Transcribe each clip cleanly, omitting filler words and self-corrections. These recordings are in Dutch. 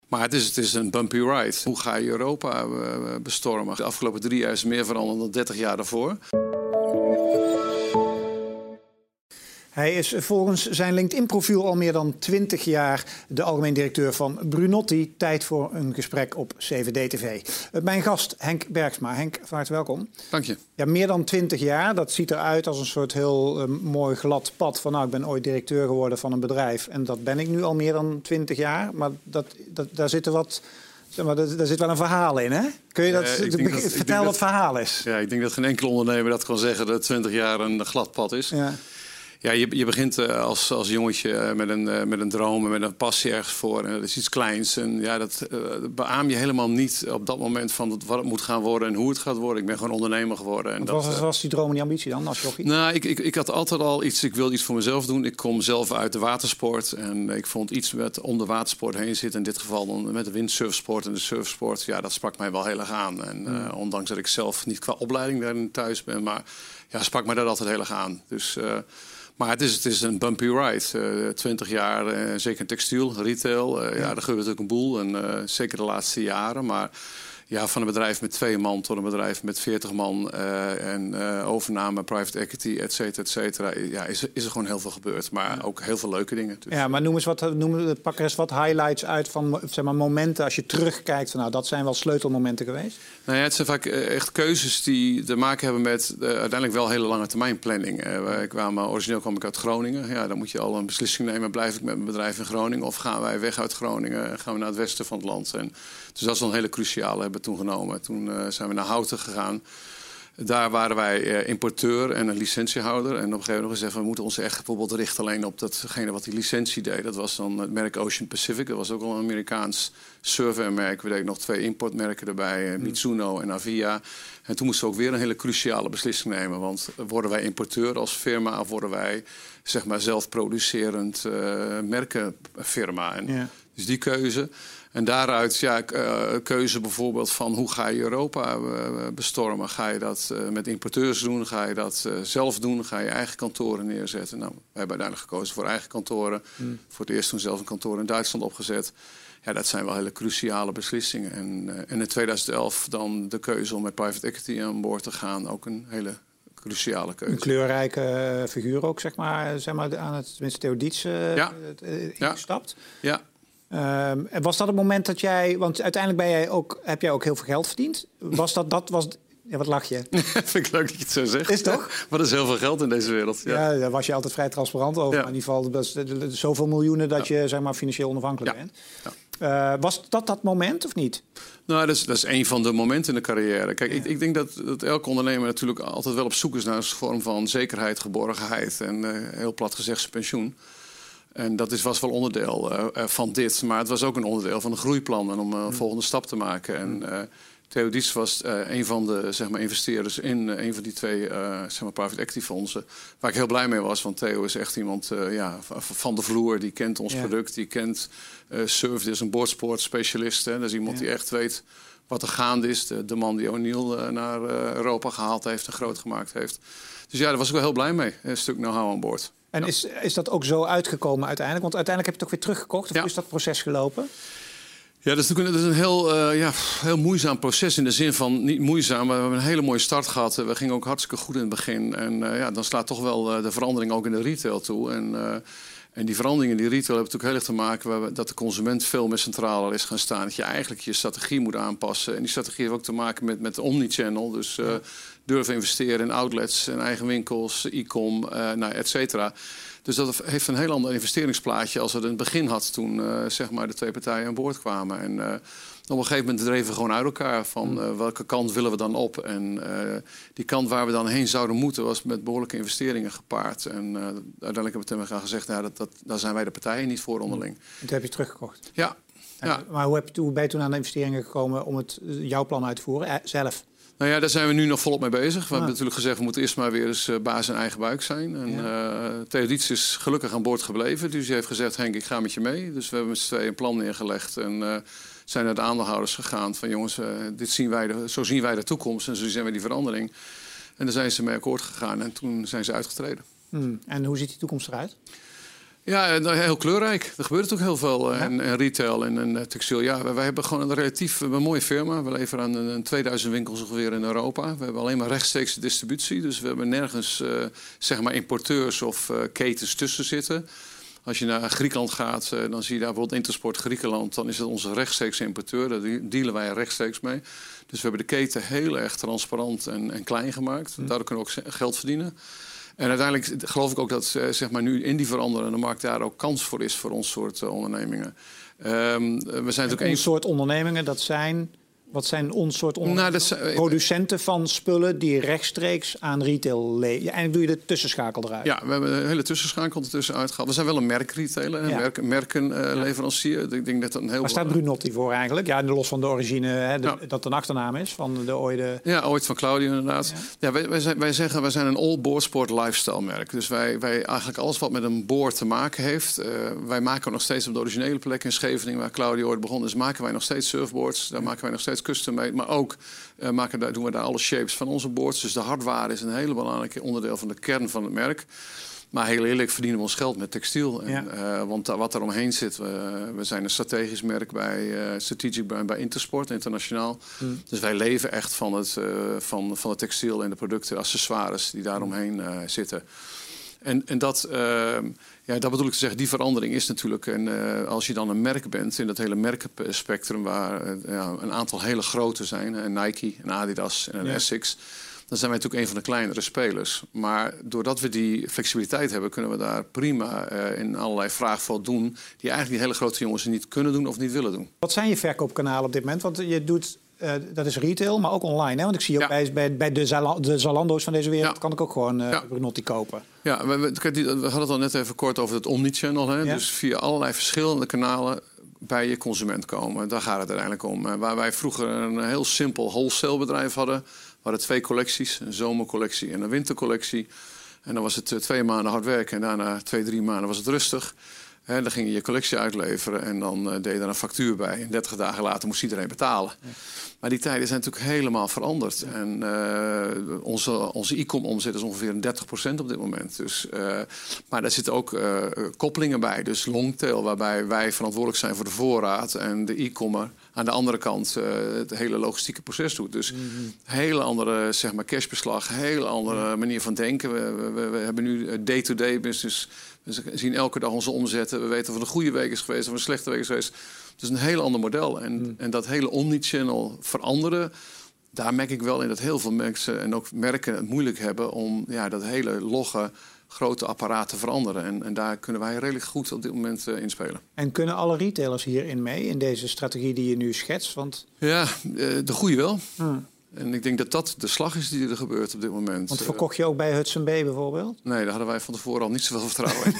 Maar het is een bumpy ride. Hoe ga je Europa bestormen? De afgelopen 3 jaar is meer veranderd dan 30 jaar daarvoor. Hij is volgens zijn LinkedIn-profiel al meer dan 20 jaar de algemeen directeur van Brunotti. Tijd voor een gesprek op CVD-TV. Mijn gast Henk Bergsma. Henk, van harte welkom. Dank je. Ja, meer dan 20 jaar. Dat ziet eruit als een soort heel mooi glad pad. Van ik ben ooit directeur geworden van een bedrijf. En dat ben ik nu al meer dan 20 jaar. Maar daar zitten wat... Zeg maar, daar zit wel een verhaal in, hè? Kun je vertel wat het verhaal is? Ja, ik denk dat geen enkele ondernemer dat kan zeggen dat 20 jaar een glad pad is. Ja. Ja, je begint als jongetje met een droom en met een passie ergens voor. En dat is iets kleins. En ja, dat beaam je helemaal niet op dat moment van wat het moet gaan worden en hoe het gaat worden. Ik ben gewoon ondernemer geworden. En wat was die droom en die ambitie dan als jochie? Nou, ik had altijd al iets. Ik wilde iets voor mezelf doen. Ik kom zelf uit de watersport. En ik vond iets met om de watersport heen zitten. In dit geval dan met de windsurfsport en de surfsport. Ja, dat sprak mij wel heel erg aan. En ondanks dat ik zelf niet qua opleiding daarin thuis ben. Maar ja, sprak mij dat altijd heel erg aan. Dus... Maar het is een bumpy ride. 20 jaar, zeker in textiel, retail. Ja, daar gebeurt natuurlijk een boel. En zeker de laatste jaren. Maar ja, van een bedrijf met 2 man tot een bedrijf met 40 man. En overname, private equity, et cetera. Ja, is er gewoon heel veel gebeurd. Maar ook heel veel leuke dingen. Dus. Ja, maar pak er eens wat highlights uit van zeg maar, momenten als je terugkijkt. Van, dat zijn wel sleutelmomenten geweest. Nou ja, het zijn vaak echt keuzes die te maken hebben met uiteindelijk wel hele lange termijn planning. Origineel kwam ik uit Groningen. Ja, dan moet je al een beslissing nemen. Blijf ik met mijn bedrijf in Groningen of gaan wij weg uit Groningen en gaan we naar het westen van het land? Dus dat is wel een hele cruciale hebben we toen genomen. Toen zijn we naar Houten gegaan. Daar waren wij importeur en een licentiehouder. En op een gegeven moment gezegd, we moeten ons echt bijvoorbeeld richten alleen op datgene wat die licentie deed. Dat was dan het merk Ocean Pacific. Dat was ook al een Amerikaans surfmerk. We deden nog 2 importmerken erbij, Mitsuno en Avia. En toen moesten we ook weer een hele cruciale beslissing nemen. Want worden wij importeur als firma of worden wij zeg maar zelfproducerend merkenfirma? Dus die keuze. En daaruit keuze bijvoorbeeld van hoe ga je Europa bestormen? Ga je dat met importeurs doen? Ga je dat zelf doen? Ga je eigen kantoren neerzetten? Nou, we hebben uiteindelijk gekozen voor eigen kantoren. Voor het eerst toen zelf een kantoor in Duitsland opgezet. Ja, dat zijn wel hele cruciale beslissingen. En in 2011 dan de keuze om met private equity aan boord te gaan. Ook een hele cruciale keuze. Een kleurrijke figuur ook, zeg maar aan het tenminste Theodiets ingestapt. Ja. En was dat het moment dat jij... Want uiteindelijk heb jij ook heel veel geld verdiend. Ja, wat lach je? Vind ik leuk dat je het zo zegt. Is toch? Maar er is heel veel geld in deze wereld. Ja, daar was je altijd vrij transparant over. Ja. Maar in ieder geval zoveel miljoenen dat je zeg maar, financieel onafhankelijk bent. Ja. Was dat moment of niet? Nou, dat is een van de momenten in de carrière. Kijk, ik denk dat elke ondernemer natuurlijk altijd wel op zoek is naar een vorm van zekerheid, geborgenheid en heel plat gezegd zijn pensioen. En dat was wel onderdeel van dit. Maar het was ook een onderdeel van een groeiplan om een volgende stap te maken. En Theodiets was een van de zeg maar, investeerders in een van die 2 zeg maar, private equity fondsen. Waar ik heel blij mee was, want Theo is echt iemand van de vloer. Die kent ons product, die kent Surf, is een boardsport specialist. Hè. Dat is iemand die echt weet wat er gaande is. De man die O'Neill naar Europa gehaald heeft en groot gemaakt heeft. Dus ja, daar was ik wel heel blij mee. Een stuk know-how aan boord. En is dat ook zo uitgekomen uiteindelijk? Want uiteindelijk heb je het toch weer teruggekocht? Of hoe is dat proces gelopen? Ja, dat is natuurlijk een heel moeizaam proces. In de zin van, niet moeizaam, maar we hebben een hele mooie start gehad. We gingen ook hartstikke goed in het begin. En dan slaat toch wel de verandering ook in de retail toe. En die veranderingen in die retail hebben natuurlijk heel erg te maken dat de consument veel meer centraal is gaan staan. Dat je eigenlijk je strategie moet aanpassen. En die strategie heeft ook te maken met omnichannel. Dus durven investeren in outlets en eigen winkels, e-com, et cetera. Dus dat heeft een heel ander investeringsplaatje als het in het begin had toen zeg maar de 2 partijen aan boord kwamen. En op een gegeven moment dreven we gewoon uit elkaar van welke kant willen we dan op. En die kant waar we dan heen zouden moeten was met behoorlijke investeringen gepaard. En uiteindelijk hebben we tegen elkaar gezegd, daar zijn wij de partijen niet voor onderling. En toen heb je teruggekocht? Ja. Maar hoe ben je toen aan de investeringen gekomen om jouw plan uit te voeren zelf? Nou ja, daar zijn we nu nog volop mee bezig. We hebben natuurlijk gezegd, we moeten eerst maar weer eens baas in eigen buik zijn. En Theodiets is gelukkig aan boord gebleven. Dus die heeft gezegd, Henk, ik ga met je mee. Dus we hebben met z'n tweeën een plan neergelegd. En zijn naar de aandeelhouders gegaan van jongens, zo zien wij de toekomst. En zo zien wij die verandering. En daar zijn ze mee akkoord gegaan. En toen zijn ze uitgetreden. En hoe ziet die toekomst eruit? Ja, heel kleurrijk. Er gebeurt ook heel veel in retail en textiel. Ja, wij hebben gewoon een relatief mooie firma. We leveren aan 2000 winkels ongeveer in Europa. We hebben alleen maar rechtstreeks distributie. Dus we hebben nergens zeg maar importeurs of ketens tussen zitten. Als je naar Griekenland gaat, dan zie je daar bijvoorbeeld Intersport Griekenland. Dan is het onze rechtstreeks importeur. Daar dealen wij rechtstreeks mee. Dus we hebben de keten heel erg transparant en klein gemaakt. Daardoor kunnen we ook geld verdienen. En uiteindelijk geloof ik ook dat zeg maar nu in die veranderende markt daar ook kans voor is voor ons soort ondernemingen. We zijn ook ons soort ondernemingen, dat zijn... Wat zijn ons soort producenten van spullen die rechtstreeks aan retail leveren? Ja, eigenlijk doe je de tussenschakel eruit. Ja, we hebben een hele tussenschakel ertussen uitgehaald. We zijn wel een merkretailer, een merkenleverancier. Ik denk dat dat een heel. Waar staat Brunotti voor eigenlijk? Ja, los van de origine, hè, dat een achternaam is van de ooit. Ja, ooit van Claudio inderdaad. Ja, wij zeggen, wij zijn een all-board sport lifestyle merk. Dus wij eigenlijk alles wat met een board te maken heeft. Wij maken nog steeds op de originele plek in Scheveningen, waar Claudio ooit begonnen is, maken wij nog steeds surfboards. Daar maken wij nog steeds custom made, maar ook doen we daar alle shapes van onze boards. Dus de hardware is een hele belangrijk onderdeel van de kern van het merk. Maar heel eerlijk verdienen we ons geld met textiel. Want wat er omheen zit, we zijn een strategisch merk bij Strategic Brand bij Intersport internationaal. Dus wij leven echt van het textiel en de producten, accessoires die daaromheen zitten. En dat bedoel ik te zeggen, die verandering is natuurlijk. En als je dan een merk bent in dat hele merkenspectrum, waar een aantal hele grote zijn, een Nike, een Adidas en een Essex, dan zijn wij natuurlijk een van de kleinere spelers. Maar doordat we die flexibiliteit hebben, kunnen we daar prima in allerlei vraagveld doen, die eigenlijk die hele grote jongens niet kunnen doen of niet willen doen. Wat zijn je verkoopkanalen op dit moment? Want je doet... dat is retail, maar ook online. Hè? Want ik zie ook bij de Zalando's van deze wereld kan ik ook gewoon Brunotti kopen. Ja, we hadden het al net even kort over het omnichannel. Hè? Ja. Dus via allerlei verschillende kanalen bij je consument komen. Daar gaat het uiteindelijk om. Waar wij vroeger een heel simpel wholesale bedrijf hadden, waren 2 collecties. Een zomercollectie en een wintercollectie. En dan was het 2 maanden hard werken en daarna 2-3 maanden was het rustig. En dan ging je je collectie uitleveren en dan deed je daar een factuur bij. En 30 dagen later moest iedereen betalen. Ja. Maar die tijden zijn natuurlijk helemaal veranderd. Ja. En onze e-com omzet is ongeveer 30% op dit moment. Dus, maar daar zitten ook koppelingen bij. Dus longtail, waarbij wij verantwoordelijk zijn voor de voorraad. En de e-commer aan de andere kant het hele logistieke proces doet. Dus hele andere zeg maar, cashbeslag, hele andere manier van denken. We hebben nu day-to-day business. We zien elke dag onze omzetten. We weten of het een goede week is geweest of een slechte week is geweest. Het is een heel ander model. En dat hele omnichannel veranderen, daar merk ik wel in dat heel veel mensen en ook merken het moeilijk hebben om dat hele logge grote apparaat te veranderen. En daar kunnen wij redelijk goed op dit moment in spelen. En kunnen alle retailers hierin mee, in deze strategie die je nu schetst? Want... Ja, de goede wel. En ik denk dat dat de slag is die er gebeurt op dit moment. Want verkocht je ook bij Hudson B bijvoorbeeld? Nee, daar hadden wij van tevoren al niet zoveel vertrouwen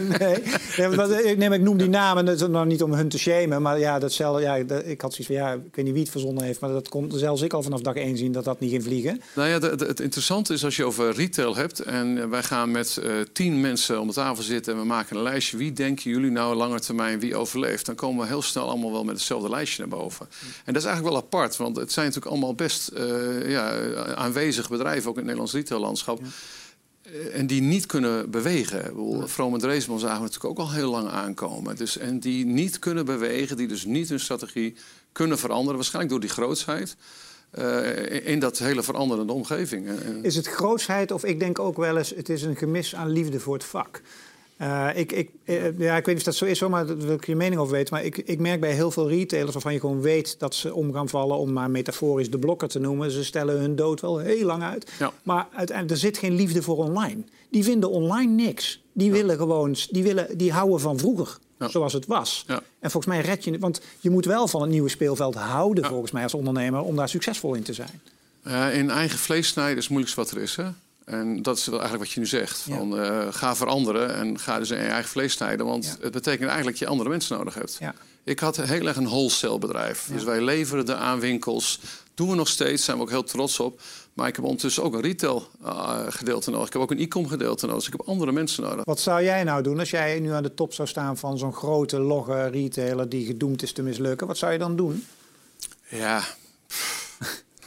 in. Ik noem die namen nou niet om hun te shamen. Maar ja, datzelfde, ik had zoiets van, ik weet niet wie het verzonnen heeft. Maar dat komt zelfs ik al vanaf dag 1 zien dat niet ging vliegen. Nou ja, het interessante is als je over retail hebt. En wij gaan met 10 mensen om de tafel zitten. En we maken een lijstje. Wie denken jullie nou lange termijn wie overleeft? Dan komen we heel snel allemaal wel met hetzelfde lijstje naar boven. En dat is eigenlijk wel apart. Want het zijn natuurlijk allemaal best... aanwezig bedrijven, ook in het Nederlands retaillandschap. En die niet kunnen bewegen. Vroom en Dreesman zagen we natuurlijk ook al heel lang aankomen. Dus, en die niet kunnen bewegen, die dus niet hun strategie kunnen veranderen. Waarschijnlijk door die grootsheid. In dat hele veranderende omgeving. Is het grootsheid of ik denk ook wel eens... het is een gemis aan liefde voor het vak. Ik weet niet of dat zo is, maar daar wil ik je mening over weten. Maar ik merk bij heel veel retailers waarvan je gewoon weet dat ze om gaan vallen, om maar metaforisch de blokker te noemen. Ze stellen hun dood wel heel lang uit. Ja. Maar uiteindelijk, er zit geen liefde voor online. Die vinden online niks. Die willen gewoon, die houden van vroeger. Ja. Zoals het was. Ja. En volgens mij red je het. Want je moet wel van het nieuwe speelveld houden, volgens mij als ondernemer, om daar succesvol in te zijn. In eigen vlees snijden is het moeilijkste wat er is, hè? En dat is wel eigenlijk wat je nu zegt. Van, ga veranderen en ga dus in je eigen vlees snijden. Want het betekent eigenlijk dat je andere mensen nodig hebt. Ja. Ik had heel erg een wholesale bedrijf. Ja. Dus wij leveren de aan winkels. Doen we nog steeds, zijn we ook heel trots op. Maar ik heb ondertussen ook een retail gedeelte nodig. Ik heb ook een e-com gedeelte nodig. Dus ik heb andere mensen nodig. Wat zou jij nou doen als jij nu aan de top zou staan van zo'n grote logge retailer die gedoemd is te mislukken? Wat zou je dan doen? Ja...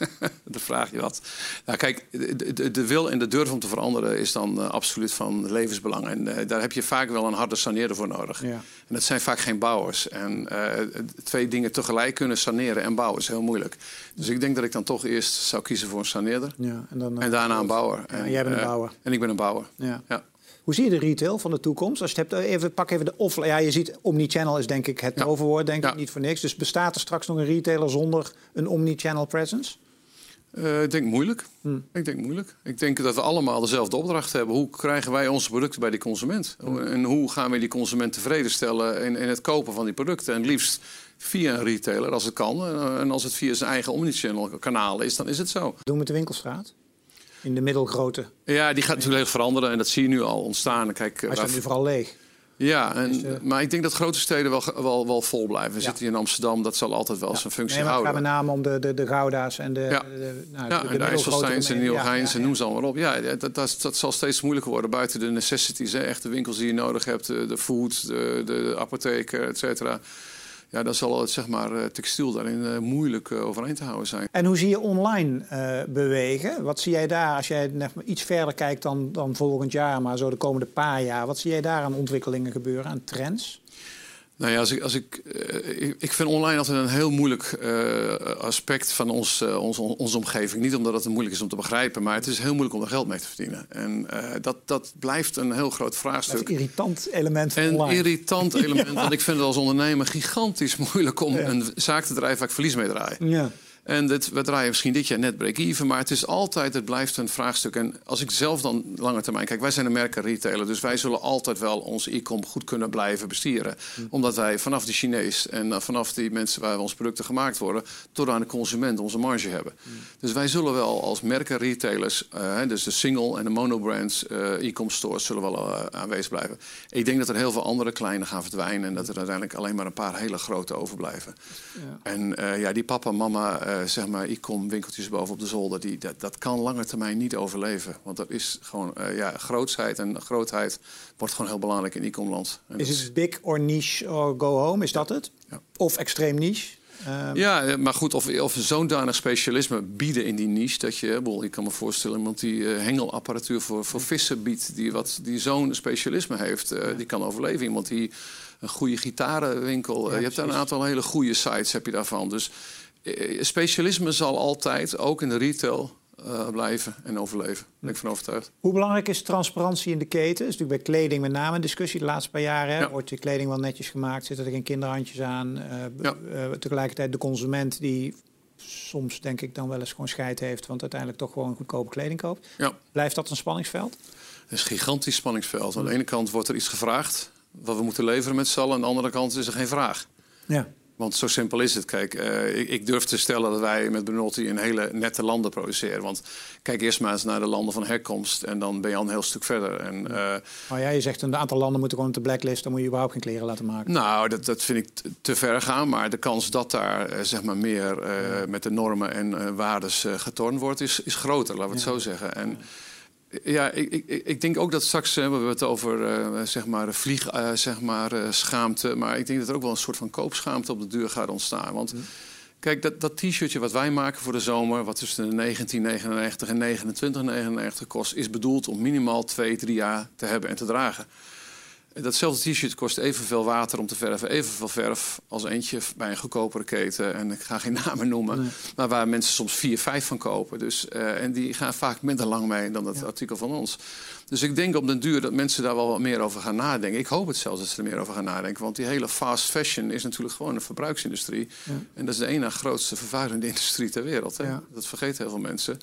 Dan vraag je wat. Nou, kijk, de wil en de durf om te veranderen is dan absoluut van levensbelang. En daar heb je vaak wel een harde saneerder voor nodig. Ja. En dat zijn vaak geen bouwers. En 2 dingen tegelijk kunnen saneren en bouwen is heel moeilijk. Dus ik denk dat ik dan toch eerst zou kiezen voor een saneerder. Ja, en daarna een bouwer. Ja, en jij bent een bouwer. En ik ben een bouwer. Ja. Ja. Hoe zie je de retail van de toekomst? Als je het hebt, pak even de offline. Ja, je ziet omnichannel is denk ik het overwoord, denk ik, niet voor niks. Dus bestaat er straks nog een retailer zonder een omnichannel presence? Ik denk moeilijk. Ik denk dat we allemaal dezelfde opdracht hebben. Hoe krijgen wij onze producten bij die consument? En hoe gaan we die consument tevreden stellen in het kopen van die producten? En liefst via een retailer als het kan. En als het via zijn eigen omnichannel kanaal is, dan is het zo. Doen met de winkelstraat? In de middelgrote? Ja, die gaat natuurlijk veranderen en dat zie je nu al ontstaan. Kijk, hij staat nu vooral leeg. Ja, maar ik denk dat grote steden wel vol blijven. We zitten hier in Amsterdam, dat zal altijd wel zijn functie houden. Het gaat met name om de Gouda's en de IJsselsteins en Nieuwegeins en noem ze allemaal op. Ja, dat zal steeds moeilijker worden buiten de necessities. Echt de winkels die je nodig hebt, de food, de apotheek, et cetera. Ja, dan zal het zeg maar textiel daarin moeilijk overeind te houden zijn. En hoe zie je online bewegen? Wat zie jij daar als jij iets verder kijkt dan volgend jaar, maar zo de komende paar jaar? Wat zie jij daar aan ontwikkelingen gebeuren, aan trends? Nou ja, ik vind online altijd een heel moeilijk aspect van onze omgeving. Niet omdat het moeilijk is om te begrijpen, maar het is heel moeilijk om er geld mee te verdienen. En dat blijft een heel groot vraagstuk. Dat is een irritant element van online. Een irritant element, want ik vind het als ondernemer gigantisch moeilijk om een zaak te drijven waar ik verlies mee draai. Ja. En we draaien misschien dit jaar net break-even, maar het blijft een vraagstuk. En als ik zelf dan lange termijn kijk, wij zijn een merkenretailer, dus wij zullen altijd wel ons e-com goed kunnen blijven bestieren. Omdat wij vanaf de Chinees en vanaf die mensen waar onze producten gemaakt worden, tot aan de consument onze marge hebben. Dus wij zullen wel als merkenretailers, dus de single en de monobrands e-com stores, zullen wel aanwezig blijven. Ik denk dat er heel veel andere kleine gaan verdwijnen en dat er uiteindelijk alleen maar een paar hele grote overblijven. Ja. En die papa en mama zeg maar e-com winkeltjes boven op de zolder, dat kan lange termijn niet overleven. Want dat is gewoon grootsheid en grootheid wordt gewoon heel belangrijk in e-com land. Is het big or niche or go home? Is dat het? Ja. Of extreem niche? Ja, maar goed, of zo'n danig specialisme bieden in die niche dat ik kan me voorstellen iemand die hengelapparatuur voor vissen biedt, die zo'n specialisme heeft, die kan overleven. Iemand die een goede gitarenwinkel, je hebt daar een aantal hele goede sites heb je daarvan. Dus specialisme zal altijd, ook in de retail, blijven en overleven. Daar ben ik van overtuigd. Hoe belangrijk is transparantie in de keten? Dat is natuurlijk bij kleding met name een discussie de laatste paar jaren. Ja. Wordt je kleding wel netjes gemaakt? Zitten er geen kinderhandjes aan? Tegelijkertijd de consument die soms denk ik dan wel eens gewoon scheid heeft, want uiteindelijk toch gewoon goedkope kleding koopt. Ja. Blijft dat een spanningsveld? Het is een gigantisch spanningsveld. Aan de ene kant wordt er iets gevraagd wat we moeten leveren met z'n allen. Aan de andere kant is er geen vraag. Ja. Want zo simpel is het. Kijk, ik durf te stellen dat wij met Brunotti een hele nette landen produceren. Want kijk eerst maar eens naar de landen van herkomst en dan ben je al een heel stuk verder. En, je zegt een aantal landen moeten gewoon op de blacklist, dan moet je überhaupt geen kleren laten maken. Nou, dat vind ik te ver gaan. Maar de kans dat daar zeg maar meer met de normen en waardes getornd wordt, is groter, laten we het zo zeggen. En, ja, ik denk ook dat straks we hebben het over schaamte. Maar ik denk dat er ook wel een soort van koopschaamte op de deur gaat ontstaan. Want kijk, dat t-shirtje wat wij maken voor de zomer, wat tussen de 1999 en 29,99 kost, is bedoeld om minimaal 2-3 jaar te hebben en te dragen. Datzelfde t-shirt kost evenveel water om te verven, evenveel verf als eentje bij een goedkopere keten. En ik ga geen namen noemen, maar waar mensen soms 4-5 van kopen. Dus, en die gaan vaak minder lang mee dan dat artikel van ons. Dus ik denk op den duur dat mensen daar wel wat meer over gaan nadenken. Ik hoop het zelfs dat ze er meer over gaan nadenken. Want die hele fast fashion is natuurlijk gewoon een verbruiksindustrie. Ja. En dat is de ene grootste vervuilende industrie ter wereld. Hè? Ja. Dat vergeten heel veel mensen.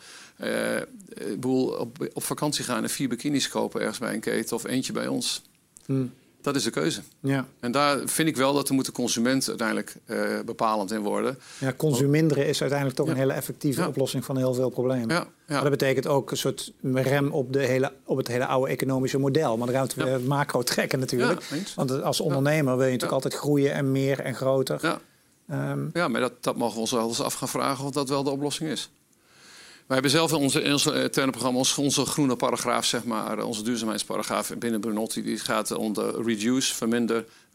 Op vakantie gaan en 4 bikinis kopen ergens bij een keten of eentje bij ons. Dat is de keuze. Ja. En daar vind ik wel dat de consument uiteindelijk bepalend in worden. Ja, consuminderen is uiteindelijk toch een hele effectieve oplossing van heel veel problemen. Ja. Maar dat betekent ook een soort rem op het hele oude economische model. Maar dan gaan we het macro trekken natuurlijk. Ja, want als ondernemer wil je natuurlijk altijd groeien en meer en groter. Ja, maar dat mogen we ons wel eens af gaan vragen of dat wel de oplossing is. Wij hebben zelf in ons interne programma onze groene paragraaf, zeg maar, onze duurzaamheidsparagraaf binnen Brunotti. Die gaat onder reduce, verminder,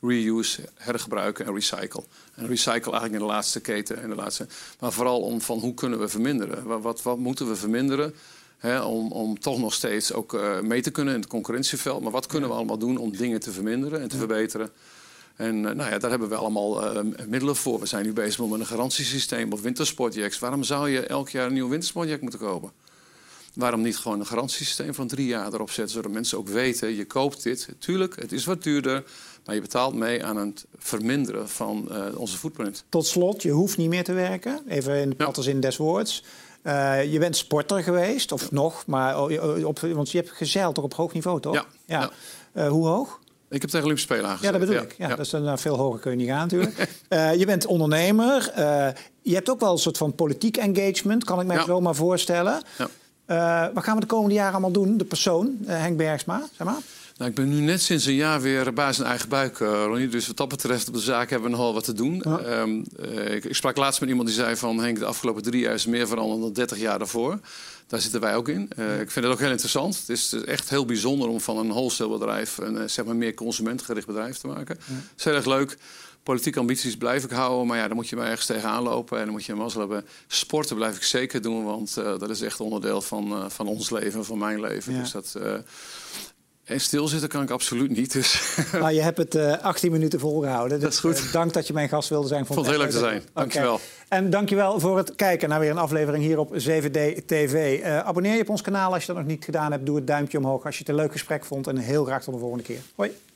reuse, hergebruiken en recycle. En recycle eigenlijk in de laatste keten. Maar vooral van hoe kunnen we verminderen? Wat moeten we verminderen? Om toch nog steeds ook mee te kunnen in het concurrentieveld. Maar wat kunnen we allemaal doen om dingen te verminderen en te verbeteren? En daar hebben we allemaal middelen voor. We zijn nu bezig met een garantiesysteem op wintersportjacks. Waarom zou je elk jaar een nieuw wintersportjack moeten kopen? Waarom niet gewoon een garantiesysteem van 3 jaar erop zetten... zodat mensen ook weten, je koopt dit. Tuurlijk, het is wat duurder, maar je betaalt mee aan het verminderen van onze footprint. Tot slot, je hoeft niet meer te werken. Even in de platte zin des woords. Je bent sporter geweest, of nog, maar want je hebt gezeild toch op hoog niveau, toch? Ja. Hoe hoog? Ik heb tegen Olympische Spelen aangezet. Ja, dat bedoel ik. Ja. Dus veel hoger kun je niet gaan natuurlijk. Je bent ondernemer. Je hebt ook wel een soort van politiek engagement, kan ik me zo maar voorstellen. Ja. Wat gaan we de komende jaren allemaal doen? De persoon, Henk Bergsma, zeg maar. Nou, ik ben nu net sinds een jaar weer baas in eigen buik, Ronnie. Dus wat dat betreft op de zaak hebben we nogal wat te doen. Ja. Ik sprak laatst met iemand die zei van... Henk, de afgelopen 3 jaar is meer veranderd dan 30 jaar daarvoor. Daar zitten wij ook in. Ik vind het ook heel interessant. Het is echt heel bijzonder om van een wholesale-bedrijf... een zeg maar meer consumentgericht bedrijf te maken. Ja. Het is heel erg leuk. Politieke ambities blijf ik houden, maar dan moet je maar ergens tegenaan lopen. En dan moet je een mazzel hebben. Sporten blijf ik zeker doen, want dat is echt onderdeel van ons leven, van mijn leven. Ja. Dus dat... En stilzitten kan ik absoluut niet. Dus. Maar je hebt het 18 minuten volgehouden. Dus, dat is goed. Dank dat je mijn gast wilde zijn. Vond het heel leuk te zijn. Dankjewel. En dankjewel voor het kijken naar weer een aflevering hier op 7D TV. Abonneer je op ons kanaal als je dat nog niet gedaan hebt. Doe het duimpje omhoog als je het een leuk gesprek vond. En heel graag tot de volgende keer. Hoi.